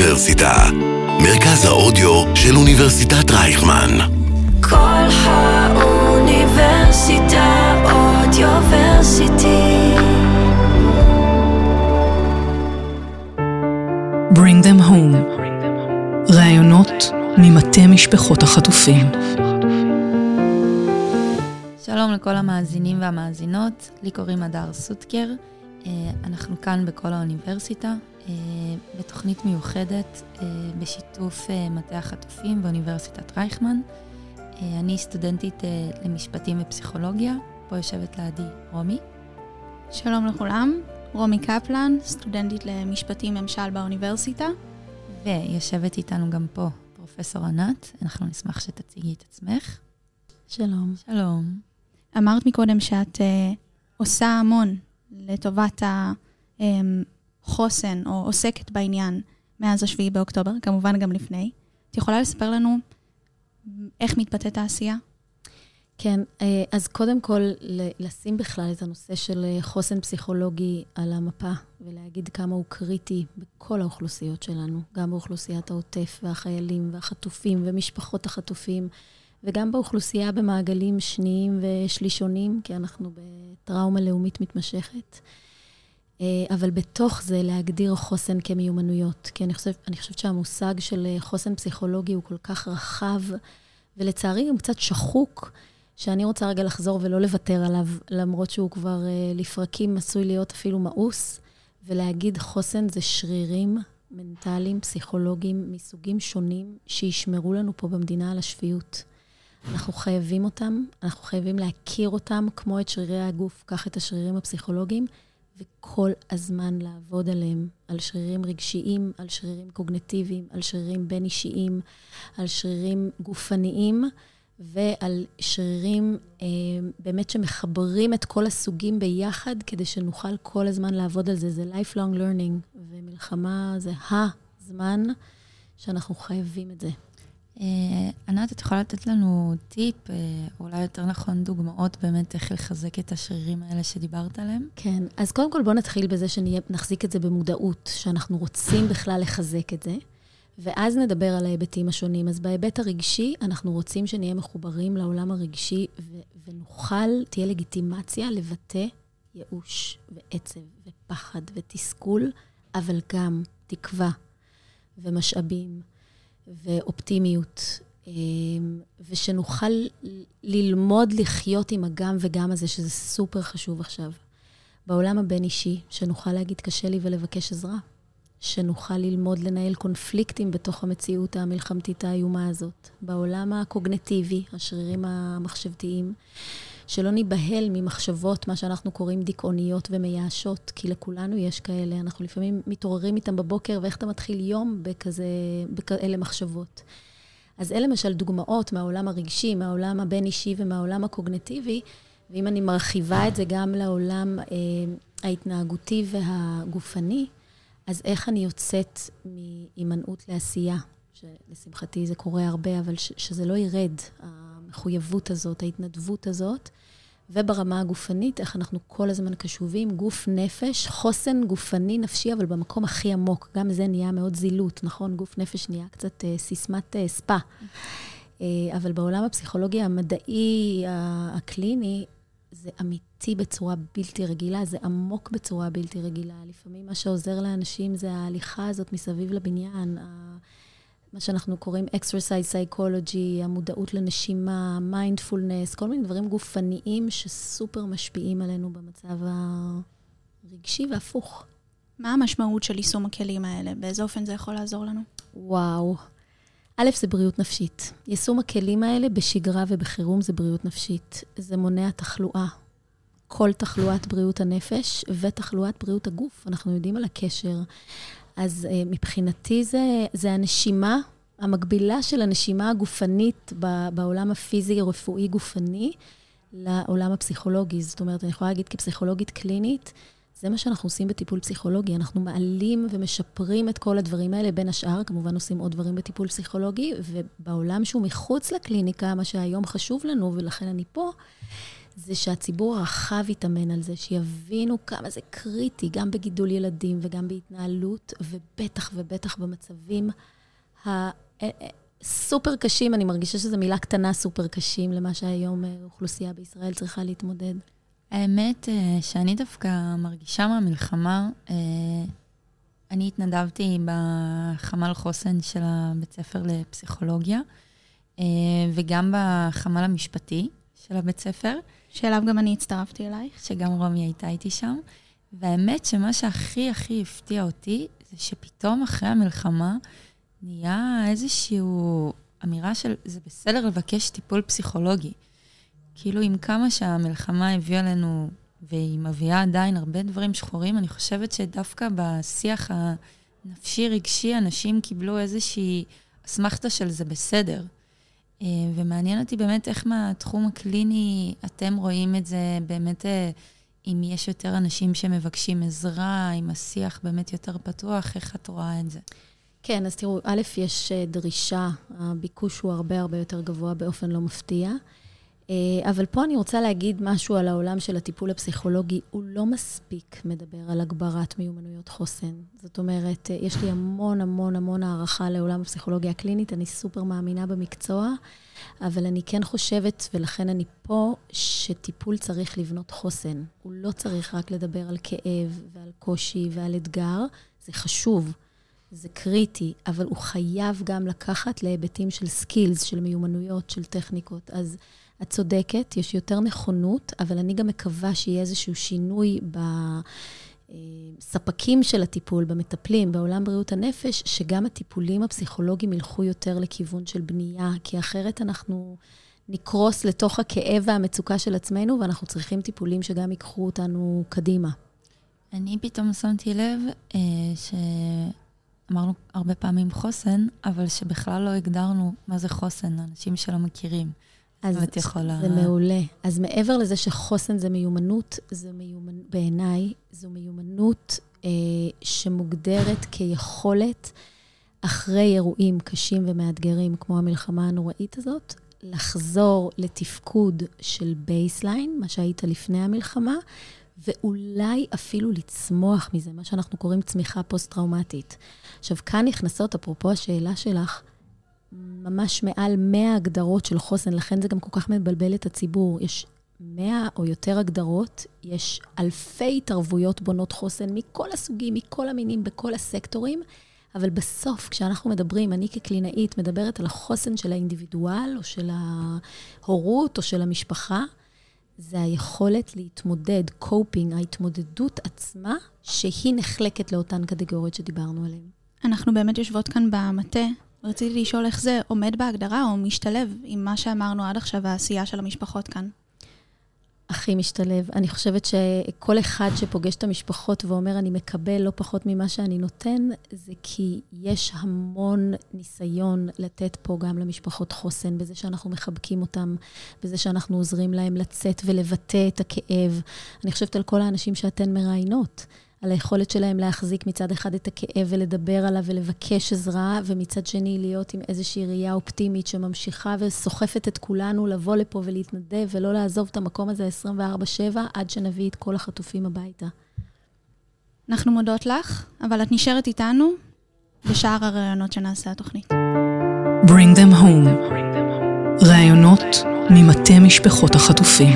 האוניברסיטה, מרכז האודיו של אוניברסיטת רייכמן. כל האוניברסיטה אודיוורסיטי. Bring them home. רעיונות ממטה משפחות החטופים. שלום לכל המאזינים והמאזינות, לי קוראים הדר סוטקר, אנחנו כאן בכל האוניברסיטה, בתוכנית מיוחדת בשיתוף מטה החטופים באוניברסיטת רייכמן. אני סטודנטית למשפטים ופסיכולוגיה, פה יושבת לידי רומי. שלום לכולם, רומי קפלן, סטודנטית למשפטים ממשל באוניברסיטה. ויושבת איתנו גם פה פרופסור ענת, אנחנו נשמח שתציגי את עצמך. שלום. שלום. אמרת מקודם שאת עושה המון לטובת החוסן, או עוסקת בעניין מאז השביעי באוקטובר, כמובן גם לפני. את יכולה לספר לנו איך מתבטאת העשייה? כן, אז קודם כל לשים בכלל את הנושא של חוסן פסיכולוגי על המפה, ולהגיד כמה הוא קריטי בכל האוכלוסיות שלנו, גם באוכלוסיית העוטף והחיילים והחטופים ומשפחות החטופים, וגם באוכלוסייה במעגלים שניים ושלישונים, כי אנחנו בטראומה לאומית מתמשכת. אבל בתוך זה להגדיר חוסן כמיומנויות, כי אני חושבת שהמושג של חוסן פסיכולוגי הוא כל כך רחב, ולצערי הוא קצת שחוק, שאני רוצה רגע לחזור ולא לוותר עליו, למרות שהוא כבר לפרקים עשוי להיות אפילו מאוס, ולהגיד חוסן זה שרירים מנטליים, פסיכולוגיים, מסוגים שונים, שישמרו לנו פה במדינה על השפיות. אנחנו חייבים אותם, אנחנו חייבים להכיר אותם, כמו את שרירי הגוף, כך את השרירים הפסיכולוגיים, וכל הזמן לעבוד עליהם, על שרירים רגשיים, על שרירים קוגניטיביים, על שרירים בין אישיים, על שרירים גופניים, ועל שרירים באמת שמחברים את כל הסוגים ביחד, כדי שנוכל כל הזמן לעבוד על זה. זה lifelong learning, ומלחמה זה הזמן שאנחנו חייבים את זה. ענת, את יכולה לתת לנו טיפ, אולי יותר נכון דוגמאות באמת איך לחזק את השרירים האלה שדיברת עליהם? כן, אז קודם כל בוא נתחיל בזה שנחזיק את זה במודעות, שאנחנו רוצים בכלל לחזק את זה, ואז נדבר על ההיבטים השונים. אז בהיבט הרגשי, אנחנו רוצים שנהיה מחוברים לעולם הרגשי, ונוכל, תהיה לגיטימציה לבטא ייאוש ועצב ופחד ותסכול, אבל גם תקווה ומשאבים ואופטימיות, ושנוכל ללמוד לחיות עם הגם וגם הזה, שזה סופר חשוב עכשיו. בעולם הבין אישי, שנוכל להגיד קשה לי ולבקש עזרה. שנוכל ללמוד לנהל קונפליקטים בתוך המציאות המלחמתית האיומה הזאת. בעולם הקוגניטיבי, השרירים המחשבתיים, שלא ניבהל ממחשבות, מה שאנחנו קוראים דיכאוניות ומייאשות, כי לכולנו יש כאלה. אנחנו לפעמים מתעוררים איתם בבוקר, ואיך אתה מתחיל יום בכאלה מחשבות. אז אלה למשל דוגמאות מהעולם הרגשי, מהעולם הבין אישי ומהעולם הקוגניטיבי, ואם אני מרחיבה את זה גם לעולם ההתנהגותי והגופני, אז איך אני יוצאת מהימנעות לעשייה, שלשמחתי זה קורה הרבה, אבל שזה לא ירד, המחויבות הזאת, ההתנדבות הזאת, וברמה הגופנית, איך אנחנו כל הזמן קשובים, גוף נפש, חוסן גופני נפשי, אבל במקום הכי עמוק, גם זה נהיה מאוד זילות, נכון? גוף נפש נהיה קצת סיסמת ספה. אבל בעולם הפסיכולוגיה המדעי, הקליני, זה אמיתי בצורה בלתי רגילה, זה עמוק בצורה בלתי רגילה. לפעמים מה שעוזר לאנשים זה ההליכה הזאת מסביב לבניין, מה שאנחנו קוראים exercise psychology, המודעות לנשימה, mindfulness, כל מיני דברים גופניים שסופר משפיעים עלינו במצב הרגשי והפוך. מה המשמעות של יישום הכלים האלה? באיזה אופן זה יכול לעזור לנו? וואו. א', זה בריאות נפשית. יישום הכלים האלה בשגרה ובחירום זה בריאות נפשית. זה מונע תחלואה. כל תחלואת בריאות הנפש ותחלואת בריאות הגוף. אנחנו יודעים על הקשר. אז מבחינתי זה הנשימה, המקבילה של הנשימה הגופנית בעולם הפיזי, רפואי גופני, לעולם הפסיכולוגי. זאת אומרת, אני יכולה להגיד כפסיכולוגית קלינית, זה מה שאנחנו עושים בטיפול פסיכולוגי. אנחנו מעלים ומשפרים את כל הדברים האלה, בין השאר, כמובן עושים עוד דברים בטיפול פסיכולוגי, ובעולם שהוא מחוץ לקליניקה, מה שהיום חשוב לנו, ולכן אני פה, זה שהציבור הרחב יתאמן על זה, שיבינו כמה זה קריטי, גם בגידול ילדים וגם בהתנהלות, ובטח ובטח במצבים הסופר קשים, אני מרגישה שזו מילה קטנה סופר קשים, למה שהיום אוכלוסייה בישראל צריכה להתמודד. האמת שאני דווקא מרגישה מהמלחמה, אני התנדבתי בחמ"ל חוסן של הבית ספר לפסיכולוגיה, וגם בחמ"ל המשפטי של הבית ספר. שאליו גם אני הצטרפתי אלייך. שגם רומי הייתה איתי שם. והאמת שמה שהכי הכי הפתיע אותי, זה שפתאום אחרי המלחמה, נהיה איזושהי אמירה של, זה בסדר לבקש טיפול פסיכולוגי. כאילו עם כמה שהמלחמה הביאה לנו, והיא מביאה עדיין הרבה דברים שחורים, אני חושבת שדווקא בשיח הנפשי רגשי, אנשים קיבלו איזושהי אסמכתה של זה בסדר. ומעניין אותי באמת איך מהתחום הקליני אתם רואים את זה, באמת אם יש יותר אנשים שמבקשים עזרה, אם השיח באמת יותר פתוח, איך את רואה את זה? כן, אז תראו, א', יש דרישה, הביקוש הוא הרבה הרבה יותר גבוה באופן לא מפתיע, אבל פה אני רוצה להגיד משהו על העולם של הטיפול הפסיכולוגי, הוא לא מספיק מדבר על הגברת מיומנויות חוסן. זאת אומרת, יש לי המון המון המון הערכה לעולם הפסיכולוגיה הקלינית, אני סופר מאמינה במקצוע, אבל אני כן חושבת, ולכן אני פה, שטיפול צריך לבנות חוסן. הוא לא צריך רק לדבר על כאב ועל קושי ועל אתגר, זה חשוב. זה קריטי, אבל הוא חייב גם לקחת להיבטים של סקילס, של מיומנויות, של טכניקות. אז את צודקת, יש יותר נכונות, אבל אני גם מקווה שיהיה איזשהו שינוי בספקים של הטיפול, במטפלים, בעולם בריאות הנפש, שגם הטיפולים הפסיכולוגיים ילכו יותר לכיוון של בנייה, כי אחרת אנחנו נקרוס לתוך הכאב והמצוקה של עצמנו, ואנחנו צריכים טיפולים שגם ייקחו אותנו קדימה. אני פתאום שמתי לב אמרנו הרבה פעמים חוסן, אבל שבכלל לא הגדרנו מה זה חוסן, אנשים שלא מכירים. אז זה מעולה. אז מעבר לזה שחוסן זה מיומנות, בעיניי זו מיומנות שמוגדרת כיכולת אחרי אירועים קשים ומאתגרים, כמו המלחמה הנוראית הזאת, לחזור לתפקוד של בייסליין, מה שהיית לפני המלחמה, ואולי אפילו לצמוח מזה, מה שאנחנו קוראים צמיחה פוסט-טראומטית. עכשיו, כאן נכנסות, אפרופו השאלה שלך, ממש מעל 100 הגדרות של חוסן, לכן זה גם כל כך מבלבל את הציבור. יש 100 או יותר הגדרות, יש אלפי התערבויות בונות חוסן מכל הסוגים, מכל המינים, בכל הסקטורים, אבל בסוף, כשאנחנו מדברים, אני כקלינאית מדברת על החוסן של האינדיבידואל, או של ההורות, או של המשפחה, זה היכולת להתמודד, קופינג, ההתמודדות עצמה, שהיא נחלקת לאותן קטגוריות שדיברנו עליהן. אנחנו באמת יושבות כאן במטה, רציתי לשאול איך זה עומד בהגדרה או משתלב עם מה שאמרנו עד עכשיו, העשייה של המשפחות כאן. הכי משתלב. אני חושבת שכל אחד שפוגש את המשפחות ואומר, אני מקבל לא פחות ממה שאני נותן, זה כי יש המון ניסיון לתת פה גם למשפחות חוסן, בזה שאנחנו מחבקים אותם, בזה שאנחנו עוזרים להם לצאת ולבטא את הכאב. אני חושבת על כל האנשים שאתן מראיינות, על היכולת שלהם להחזיק מצד אחד את הכאב ולדבר עליו ולבקש עזרה, ומצד שני להיות עם איזושהי ראייה אופטימית שממשיכה וסוחפת את כולנו לבוא לפה ולהתנדב ולא לעזוב את המקום הזה 24/7 עד שנביא את כל החטופים הביתה. אנחנו מודות לך, אבל את נשארת איתנו בשאר הרעיונות שנעשה התוכנית. Bring them home. רעיונות ממטה משפחות החטופים.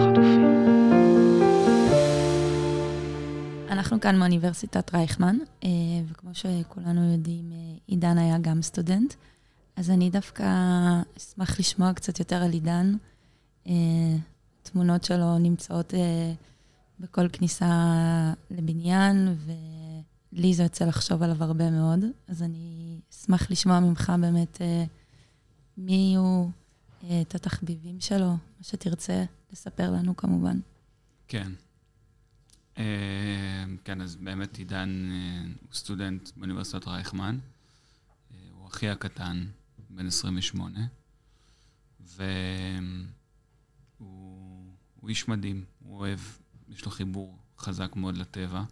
אנחנו כאן מאוניברסיטת רייכמן, וכמו שכולנו יודעים, עידן היה גם סטודנט, אז אני דווקא אשמח לשמוע קצת יותר על עידן. תמונות שלו נמצאות בכל כניסה לבניין, ולי זה יוצא לחשוב עליו הרבה מאוד, אז אני אשמח לשמוע ממך באמת מי יהיו את התחביבים שלו, מה שתרצה לספר לנו כמובן. כן. כן, אז באמת עידן הוא סטודנט באוניברסיטת רייכמן, הוא אחי הקטן, בן 28, והוא איש מדהים, הוא אוהב, יש לו חיבור חזק מאוד לטבע,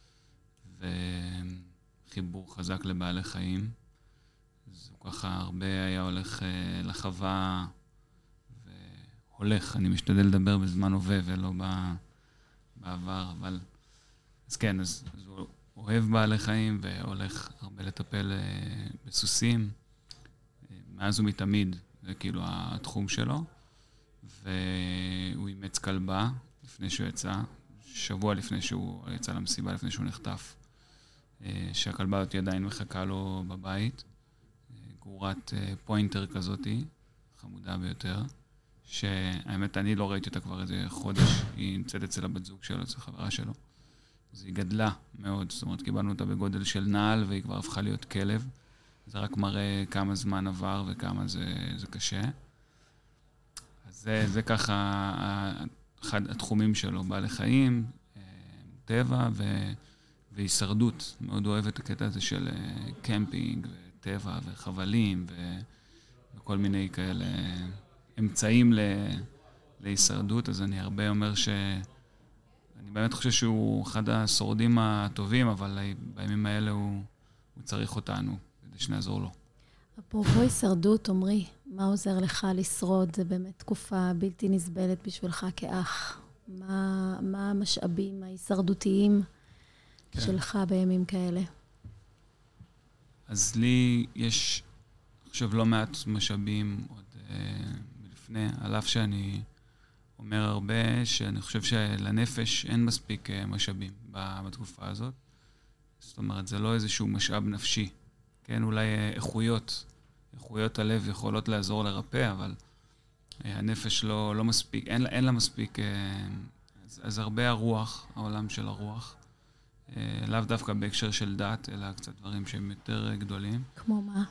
וחיבור חזק לבעלי חיים, אז הוא ככה הרבה היה הולך לחווה, הולך. אני משתדל לדבר בזמן הווה ולא בעבר, אבל... אז כן, אז הוא אוהב בעלי חיים והולך הרבה לטפל בסוסים. מאז ומתמיד, זה כאילו התחום שלו. והוא אימץ כלבה לפני שהוא יצא, שבוע לפני שהוא יצא למסיבה, לפני שהוא נחטף. שהכלבה אותי עדיין מחכה לו בבית. גורת פוינטר כזאתי, חמודה ביותר. שהאמת, אני לא ראיתי אותה כבר איזה חודש. היא נמצאת אצל הבת זוג שלו, אצל חברה שלו. אז היא גדלה מאוד, זאת אומרת, קיבלנו אותה בגודל של נעל, והיא כבר הפכה להיות כלב. זה רק מראה כמה זמן עבר וכמה זה קשה. אז זה ככה אחד התחומים שלו, בעלי חיים, טבע והישרדות. מאוד אוהב את הקטע הזה של קמפינג וטבע וחבלים וכל מיני כאלה אמצעים להישרדות. אז אני הרבה אומר אני באמת חושב שהוא אחד השורדים הטובים, אבל בימים האלה הוא צריך אותנו, כדי שנעזור לו. אפרופו הישרדות, עומרי, מה עוזר לך לשרוד? זה באמת תקופה בלתי נסבלת בשבילך כאח. מה המשאבים ההישרדותיים שלך בימים כאלה? אז לי יש, אני חושב, לא מעט משאבים עוד מלפני, על אף שאני אומר הרבה שאני חושב שלנפש אין מספיק משאבים בתקופה הזאת. זאת אומרת, זה לא איזשהו משאב נפשי. כן, אולי איכויות הלב יכולות לעזור לרפא, אבל הנפש לא מספיק, אין לה מספיק, אז הרבה הרוח, העולם של הרוח, לאו דווקא בהקשר של דת, אלא קצת דברים שהם יותר גדולים. כמו מה?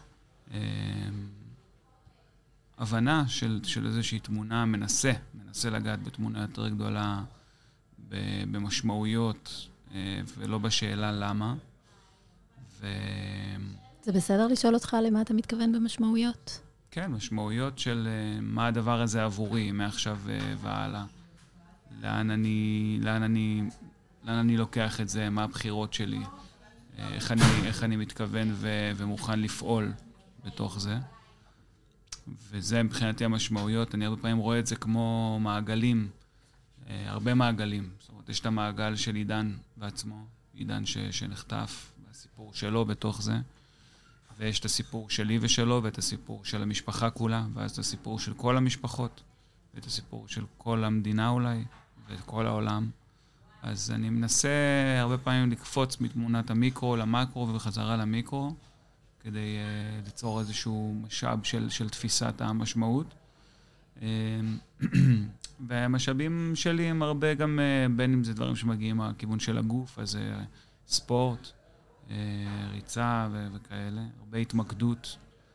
הבנה של איזושהי תמונה, מנסה לגעת בתמונה יותר גדולה, במשמעויות, ולא בשאלה למה. זה בסדר לשאול אותך למה אתה מתכוון במשמעויות? כן, משמעויות של מה הדבר הזה עבורי, מעכשיו והלאה. לאן אני לוקח את זה, מה הבחירות שלי, איך אני מתכוון ומוכן לפעול בתוך זה. וזה מבחינתי המשמעויות. אני הרבה פעמים רואה את זה כמו מעגלים, הרבה מעגלים. זאת אומרת, יש את המעגל של עידן בעצמו, עידן שנחטף, והסיפור שלו בתוך זה. ויש את הסיפור שלי ושלו, ואת הסיפור של המשפחה כולה, ואז את הסיפור של כל המשפחות, ואת הסיפור של כל המדינה אולי, ואת כל העולם. אז אני מנסה הרבה פעמים לקפוץ מתמונת המיקרו למקרו ובחזרה למיקרו, כדי ליצור איזשהו משאב של תפיסת המשמעות. והמשאבים שלי הם הרבה גם, בין אם זה דברים שמגיעים מהכיוון של הגוף, אז ספורט, ריצה וכאלה, הרבה התמקדות,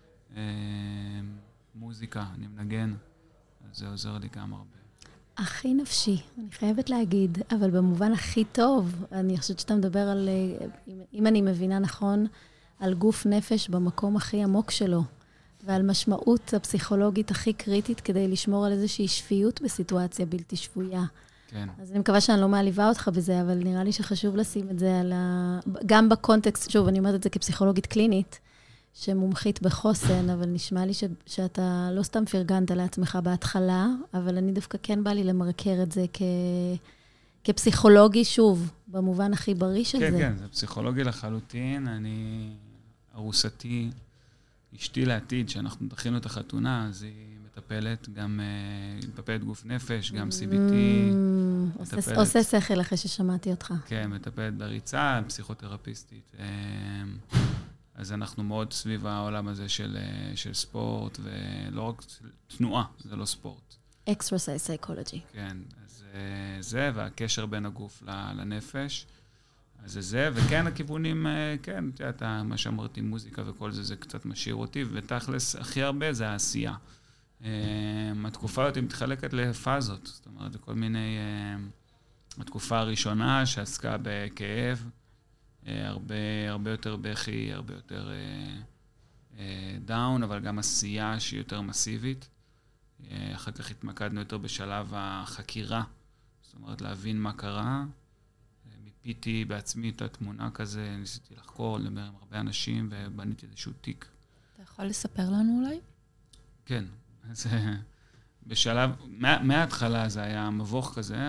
מוזיקה, אני מנגן, אז זה עוזר לי גם הרבה. הכי נפשי, אני חייבת להגיד, אבל במובן הכי טוב, אני חושבת שאתה מדבר על, אם אני מבינה נכון, על גוף נפש במקום הכי עמוק שלו, ועל משמעות הפסיכולוגית הכי קריטית כדי לשמור על איזושהי שפיות בסיטואציה בלתי שפויה. כן. אז אני מקווה שאני לא מעליבה אותך בזה, אבל נראה לי שחשוב לשים את זה גם בקונטקסט, שוב, אני אומרת את זה כפסיכולוגית קלינית, שמומחית בחוסן, אבל נשמע לי שאתה לא סתם פרגנת לעצמך בהתחלה, אבל אני דווקא כן בא לי למרקר את זה כפסיכולוגי, שוב, במובן הכי בריא של זה. כן, כן, זה פסיכולוגי לחלוטין. אני, ארוסתי, אשתי לעתיד, שאנחנו דחינו את החתונה, אז היא מטפלת, גם מטפלת גוף נפש, גם CBT. עושה שכל אחרי ששמעתי אותך. כן, מטפלת בריצה, פסיכותרפיסטית. אז אנחנו מאוד סביב העולם הזה של ספורט, ולא רק תנועה, זה לא ספורט. Exercise psychology. כן, אז זה, והקשר בין הגוף לנפש. אז זה, וכן, הכיוונים, כן, אתה, מה שאמרתי, מוזיקה וכל זה, זה קצת משאיר אותי, ותכלס, הכי הרבה זה העשייה. התקופה הזאת מתחלקת לפאזות, זאת אומרת, זה כל מיני, התקופה הראשונה שעסקה בכאב, הרבה יותר בכי, הרבה יותר דאון, אבל גם עשייה שהיא יותר מסיבית. אחר כך התמקדנו יותר בשלב החקירה, זאת אומרת, להבין מה קרה. מיפיתי בעצמי את התמונה כזה, ניסיתי לחקור, לדבר עם הרבה אנשים, ובניתי איזשהו תיק. אתה יכול לספר לנו אולי? כן, אז בשלב, מההתחלה זה היה מבוך כזה,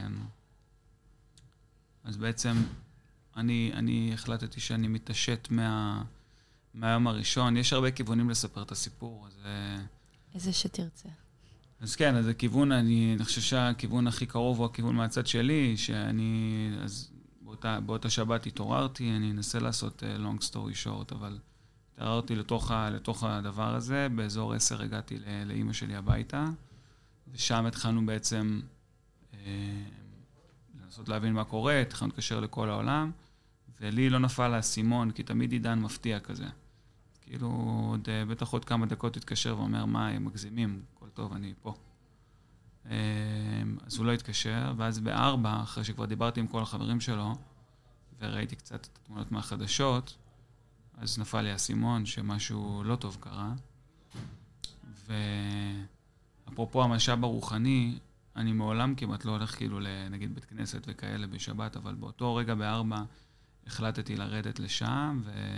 אז בעצם אני החלטתי שאני מתעשת מהיום הראשון. יש הרבה כיוונים לספר את הסיפור, אז... איזה שתרצה. אז כן, אז הכיוון, אני חושב שהכיוון הכי קרוב הוא הכיוון מהצד שלי, אז באותה שבת התעוררתי, אני אנסה לעשות long story short, אבל התעוררתי לתוך הדבר הזה, באזור 10 הגעתי לאמא שלי הביתה, ושם התחלנו בעצם לנסות להבין מה קורה, התחלנו להתקשר לכל העולם, ולי לא נפל האסימון, כי תמיד עידן מפתיע כזה. כאילו, בטח עוד כמה דקות התקשר ואומר, מה, הם מגזימים, הכל טוב, אני פה. אז הוא לא התקשר, ואז ב4, אחרי שכבר דיברתי עם כל החברים שלו, וראיתי קצת את התמונות מהחדשות, אז נפל לי האסימון שמשהו לא טוב קרה. ואפרופו המשאב הרוחני, אני מעולם כמעט לא הולך כאילו נגיד בית כנסת וכאלה בשבת, אבל באותו רגע ב4 החלטתי לרדת לשם,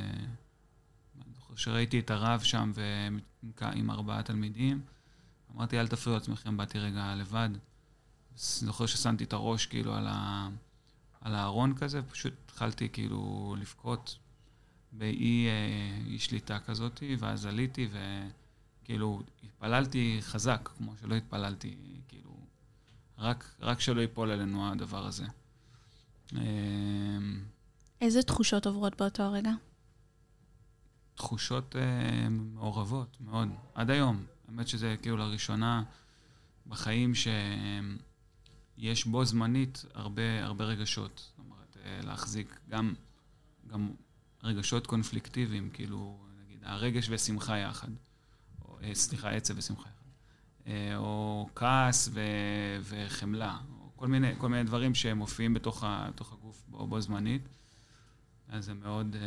שראיתי את הרב שם עם 4 תלמידים, אמרתי, אל תפריעו עצמכם, באתי רגע לבד. זוכר ששמתי את הראש כאילו על הארון כזה, פשוט התחלתי כאילו לבכות באי שליטה כזאת, ואז עליתי וכאילו התפללתי חזק, כמו שלא התפללתי, כאילו, רק שלא ייפול עלינו הדבר הזה. איזה תחושות עוברות באותו הרגע? תחושות מעורבות מאוד, עד היום. האמת שזה כאילו לראשונה בחיים שיש בו זמנית הרבה רגשות. זאת אומרת, להחזיק גם רגשות קונפליקטיביים, כאילו, נגיד, הרגש ושמחה יחד. סליחה, עצב ושמחה יחד. או כעס וחמלה. או כל מיני דברים שמופיעים בתוך הגוף בו זמנית. אז זה מאוד...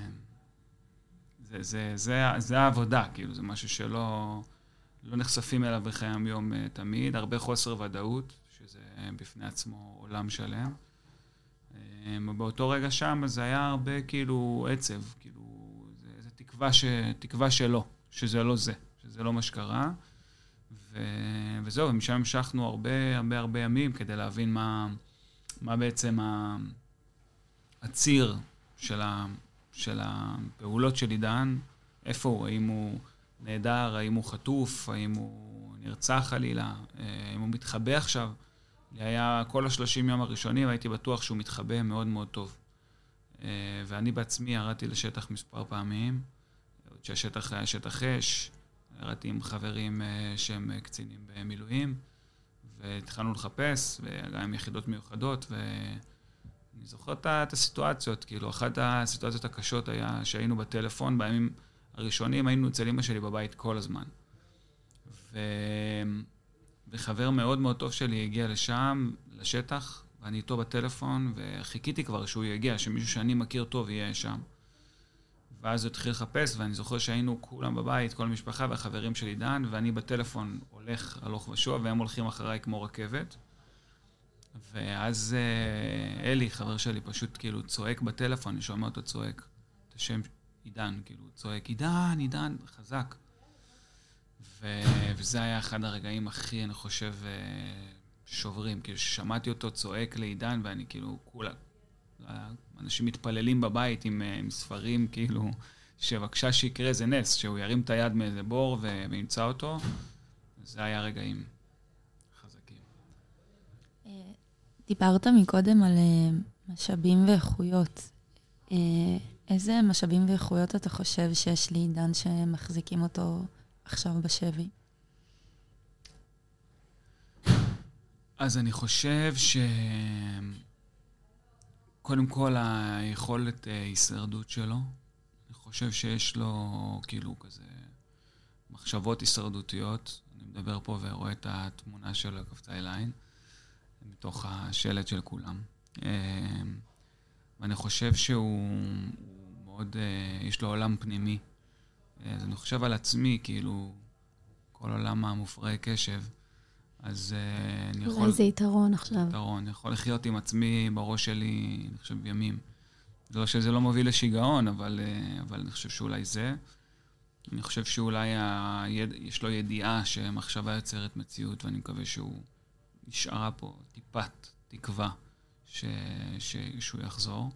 זה העבודה, כאילו, זה משהו שלא נחשפים אליו בחיי היום תמיד, הרבה חוסר ודאות, שזה בפני עצמו עולם שלם. באותו רגע שם, זה היה הרבה כאילו עצב, כאילו, זה תקווה שלא, שזה לא זה, שזה לא מה שקרה. וזהו, ומשם המשכנו הרבה ימים כדי להבין מה בעצם הציר של הפעולות של עידן, איפה הוא, האם הוא נהדר, האם הוא חטוף, האם הוא נרצח חלילה, האם הוא מתחבא עכשיו. לי היה כל 30 יום הראשונים, הייתי בטוח שהוא מתחבא מאוד מאוד טוב. ואני בעצמי ירדתי לשטח מספר פעמים, שהשטח היה שטח אש, ירדתי עם חברים שהם קצינים במילואים, והתחלנו לחפש, וגם עם יחידות מיוחדות, אני זוכר את הסיטואציות, כאילו, אחת הסיטואציות הקשות היה שהיינו בטלפון, בימים הראשונים היינו אצל אמא שלי בבית כל הזמן. וחבר מאוד מאוד טוב שלי הגיע לשם, לשטח, ואני איתו בטלפון, וחיכיתי כבר שהוא יגיע, שמישהו שאני מכיר טוב יהיה שם. ואז הוא התחיל לחפש, ואני זוכר שהיינו כולם בבית, כל המשפחה והחברים של עידן, ואני בטלפון הולך ושוב, והם הולכים אחריי כמו רכבת. ואז אלי, חבר שלי, פשוט כאילו צועק בטלפון, אני שומע אותו צועק את השם עידן, כאילו צועק, עידן, חזק. וזה היה אחד הרגעים הכי, אני חושב, שוברים, כאילו ששמעתי אותו צועק לעידן, ואני כאילו, אנשים מתפללים בבית עם ספרים, כאילו, שבקשה שיקרה זה נס, שהוא ירים את היד מאיזה בור וימצא אותו. זה היה רגעים חזקים. דיברת מקודם על משאבים ואיכויות. איזה משאבים ואיכויות אתה חושב שיש לעידן שמחזיקים אותו עכשיו בשבי? אז אני חושב קודם כל היכולת הישרדות שלו. אני חושב שיש לו כאילו כזה מחשבות הישרדותיות. אני מדבר פה ורואה את התמונה של הקפצה אליין, מתוך השלט של כולם. ואני חושב שהוא מאוד, יש לו עולם פנימי. אז אני חושב על עצמי, כאילו, כל עולם המופרעי קשב. אז אני יכול... אולי זה יתרון עכשיו. יתרון, אני יכול לחיות עם עצמי בראש שלי, אני חושב, ימים. זה לא שזה לא מוביל לשיגעון, אבל אני חושב שאולי זה. אני חושב שאולי יש לו ידיעה שמחשבה יוצרת מציאות, ואני מקווה שהוא נשארה פה טיפת תקווה שהוא יחזור.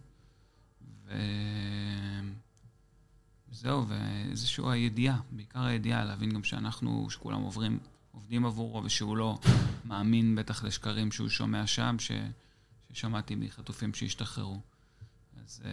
וזהו, ואיזשהו הידיעה, בעיקר הידיעה, להבין גם שכולם עובדים עבורו, ושהוא לא מאמין בטח לשקרים שהוא שומע שם, ששמעתי מחטופים שהשתחררו. אז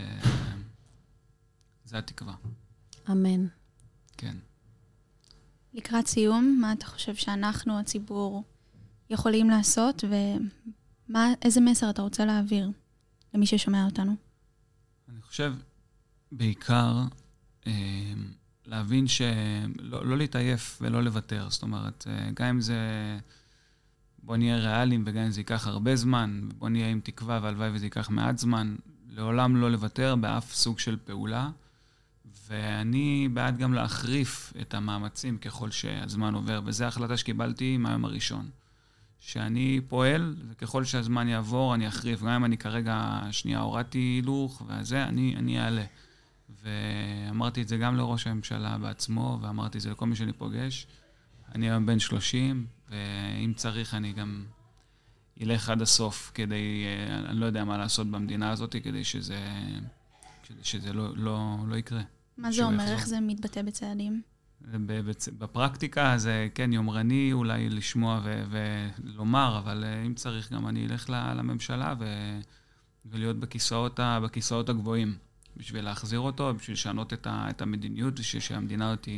זה התקווה. אמן. כן. לקראת סיום, מה אתה חושב שאנחנו, הציבור, יכולים לעשות, ואיזה מסר אתה רוצה להעביר למי ששומע אותנו? אני חושב, בעיקר, להבין שלא להתעייף ולא לוותר. זאת אומרת, גם אם זה, בוא נהיה ריאליים, וגם אם זה ייקח הרבה זמן, בוא נהיה עם תקווה והלוואי וזה ייקח מעט זמן, לעולם לא לוותר באף סוג של פעולה. ואני בעד גם להחריף את המאמצים ככל שהזמן עובר, וזו החלטה שקיבלתי מהיום הראשון. שאני פועל, וככל שהזמן יעבור, אני אחריף. גם אם אני כרגע שנייה הורדתי הילוך, וזה, אני אעלה. ואמרתי את זה גם לראש הממשלה בעצמו, ואמרתי את זה לכל מי שאני פוגש. אני היום בן 30, ואם צריך אני גם ילך עד הסוף, כדי, אני לא יודע מה לעשות במדינה הזאת, כדי שזה לא יקרה. מה זה אומר? איך זה מתבטא בצעדים? בפרקטיקה זה כן יומרני אולי לשמוע ולומר, אבל אם צריך גם אני אלך לממשלה ולהיות בכיסאות הגבוהים, בשביל להחזיר אותו, בשביל לשנות את המדיניות, בשביל שהמדינה הזאת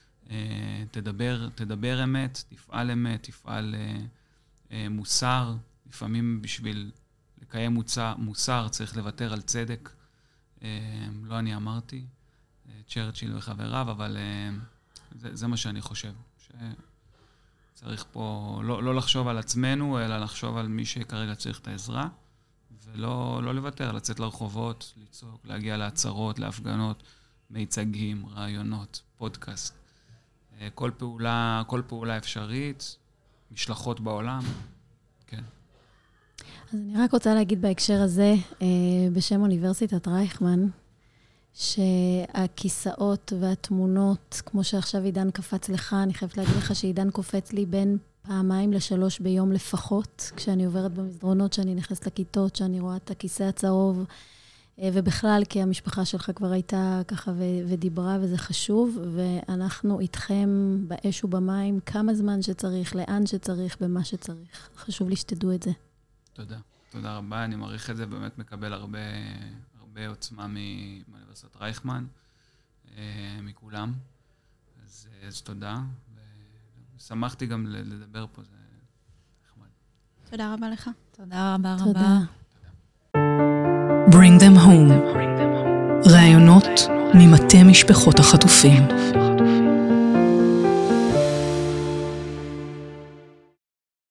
תדבר אמת, תפעל אמת, תפעל מוסר. לפעמים בשביל לקיים מוסר צריך לוותר על צדק. לא אני אמרתי, צ'רצ'יל וחבריו, אבל זה מה שאני חושב. שצריך פה לא לחשוב על עצמנו, אלא לחשוב על מי שכרגע צריך את העזרה, ולא לוותר, לצאת לרחובות, לצעוק, להגיע לעצרות, להפגנות, מיצגים, רעיונות, פודקאסט. כל פעולה אפשרית, משלחות בעולם, כן. אז אני רק רוצה להגיד בהקשר הזה, בשם אוניברסיטת רייכמן, שהכיסאות והתמונות, כמו שעכשיו עידן קפץ לך, אני חייבת להגיד לך שעידן קופץ לי בין 2-3 ביום לפחות, כשאני עוברת במסדרונות, שאני נכנסת לכיתות, שאני רואה את הכיסא הצהוב, ובכלל, כי המשפחה שלך כבר הייתה ככה ודיברה, וזה חשוב, ואנחנו איתכם באש ובמים, כמה זמן שצריך, לאן שצריך, במה שצריך. חשוב לי שתדעו את זה. תודה רבה, אני מעריך את זה, באמת מקבל הרבה עוצמה מאוניברסיטת רייכמן, מכולם, אז תודה, ושמחתי גם לדבר פה, זה נחמד. תודה רבה לך. תודה רבה. Bring them home. רעיונות ממטה משפחות החטופים.